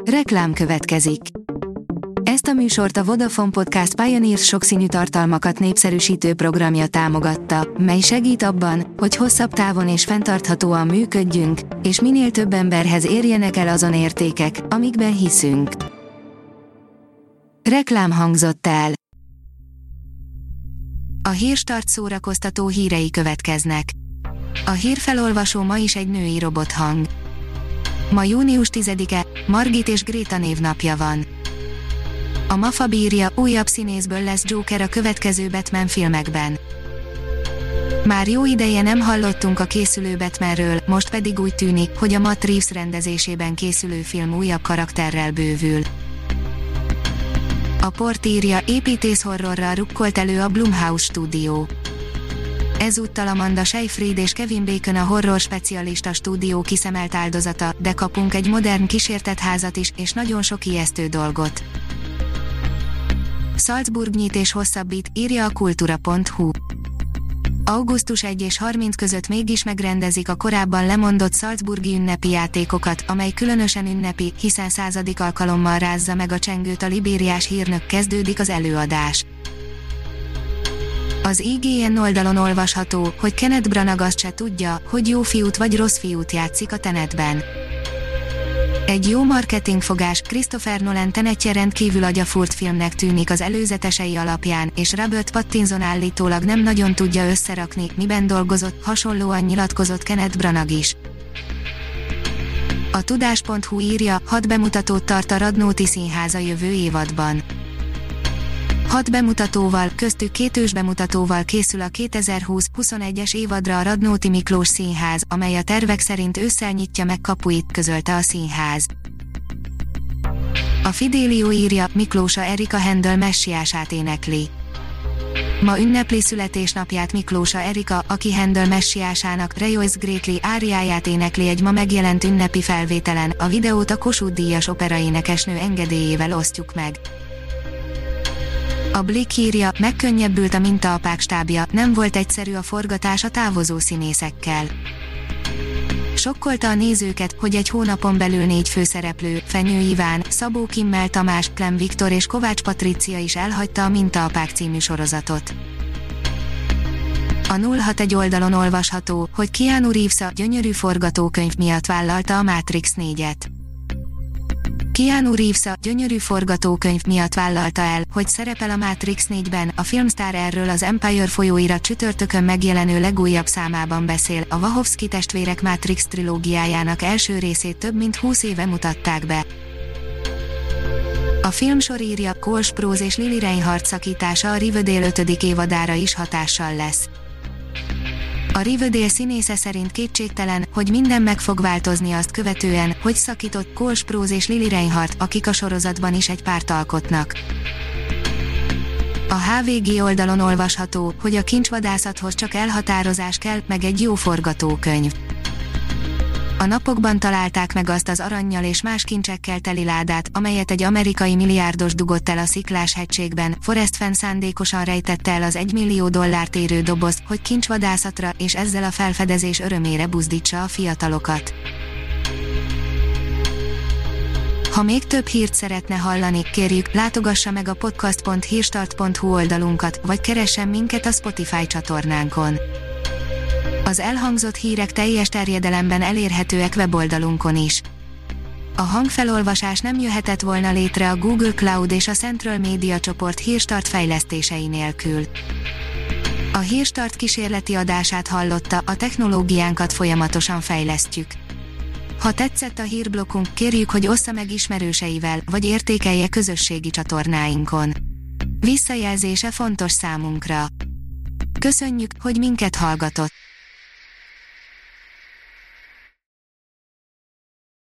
Reklám következik. Ezt a műsort a Vodafone Podcast Pioneers sokszínű tartalmakat népszerűsítő programja támogatta, mely segít abban, hogy hosszabb távon és fenntarthatóan működjünk, és minél több emberhez érjenek el azon értékek, amikben hiszünk. Reklám hangzott el. A Hírstart szórakoztató hírei következnek. A hírfelolvasó ma is egy női robothang. Ma június 10-e, Margit és Gréta névnapja van. A MAFA bírja, újabb színészből lesz Joker a következő Batman filmekben. Már jó ideje nem hallottunk a készülő Batmanről, most pedig úgy tűnik, hogy a Matt Reeves rendezésében készülő film újabb karakterrel bővül. A Port írja, építész horrorral rukkolt elő a Blumhouse stúdió. Ezúttal Amanda Seyfried és Kevin Bacon a horror specialista stúdió kiszemelt áldozata, de kapunk egy modern kísértetházat is, és nagyon sok ijesztő dolgot. Salzburg nyit és hosszabbít, írja a kultura.hu. Augusztus 1 és 30 között mégis megrendezik a korábban lemondott salzburgi ünnepi játékokat, amely különösen ünnepi, hiszen 100. alkalommal rázza meg a csengőt a libériás hírnök, kezdődik az előadás. Az IGN oldalon olvasható, hogy Kenneth Branagh azt se tudja, hogy jó fiút vagy rossz fiút játszik a Tenetben. Egy jó marketingfogás, Christopher Nolan Tenetje rendkívül agyafúrt filmnek tűnik az előzetesei alapján, és Robert Pattinson állítólag nem nagyon tudja összerakni, miben dolgozott, hasonlóan nyilatkozott Kenneth Branagh is. A tudás.hu írja, 6 bemutatót tart a Radnóti Színház a jövő évadban. 6 bemutatóval, köztük 2 ősbemutatóval készül a 2020-21-es évadra a Radnóti Miklós Színház, amely a tervek szerint ősszel nyitja meg kapuit, közölte a színház. A Fidelio írja, Miklósa Erika Händel messiását énekli. Ma ünnepli születésnapját Miklósa Erika, aki Händel messiásának, Rejoice Greatly áriáját énekli egy ma megjelent ünnepi felvételen, a videót a Kossuth-díjas operaénekesnő engedélyével osztjuk meg. A Blick írja, megkönnyebbült a Mintaapák stábja, nem volt egyszerű a forgatás a távozó színészekkel. Sokkolta a nézőket, hogy egy hónapon belül 4 főszereplő, Fenyő Iván, Szabó Kimmel Tamás, Klem Viktor és Kovács Patricia is elhagyta a Mintaapák című sorozatot. A 061 oldalon olvasható, hogy Keanu Reeves a gyönyörű forgatókönyv miatt vállalta a Matrix 4-et. Keanu Reeves a gyönyörű forgatókönyv miatt vállalta el, hogy szerepel a Matrix 4-ben, a Filmstar erről az Empire folyóirat csütörtökön megjelenő legújabb számában beszél, a Wachowski testvérek Matrix trilógiájának első részét több mint 20 éve mutatták be. A Filmsor írja, Cole Sprouse és Lily Reinhardt szakítása a Riverdale 5. évadára is hatással lesz. A Riverdale színésze szerint kétségtelen, hogy minden meg fog változni azt követően, hogy szakított Cole Sprouse és Lily Reinhardt, akik a sorozatban is egy párt alkotnak. A HVG oldalon olvasható, hogy a kincsvadászathoz csak elhatározás kell, meg egy jó forgatókönyv. A napokban találták meg azt az arannyal és más kincsekkel teli ládát, amelyet egy amerikai milliárdos dugott el a Sziklás-hegységben. Forrest Fenn szándékosan rejtette el az $1 millió érő dobozt, hogy kincsvadászatra és ezzel a felfedezés örömére buzdítsa a fiatalokat. Ha még több hírt szeretne hallani, kérjük, látogassa meg a podcast.hírstart.hu oldalunkat, vagy keressen minket a Spotify csatornánkon. Az elhangzott hírek teljes terjedelemben elérhetőek weboldalunkon is. A hangfelolvasás nem jöhetett volna létre a Google Cloud és a Central Media csoport Hírstart fejlesztései nélkül. A Hírstart kísérleti adását hallotta, a technológiánkat folyamatosan fejlesztjük. Ha tetszett a hírblokkunk, kérjük, hogy ossza meg ismerőseivel, vagy értékelje közösségi csatornáinkon. Visszajelzése fontos számunkra. Köszönjük, hogy minket hallgatott!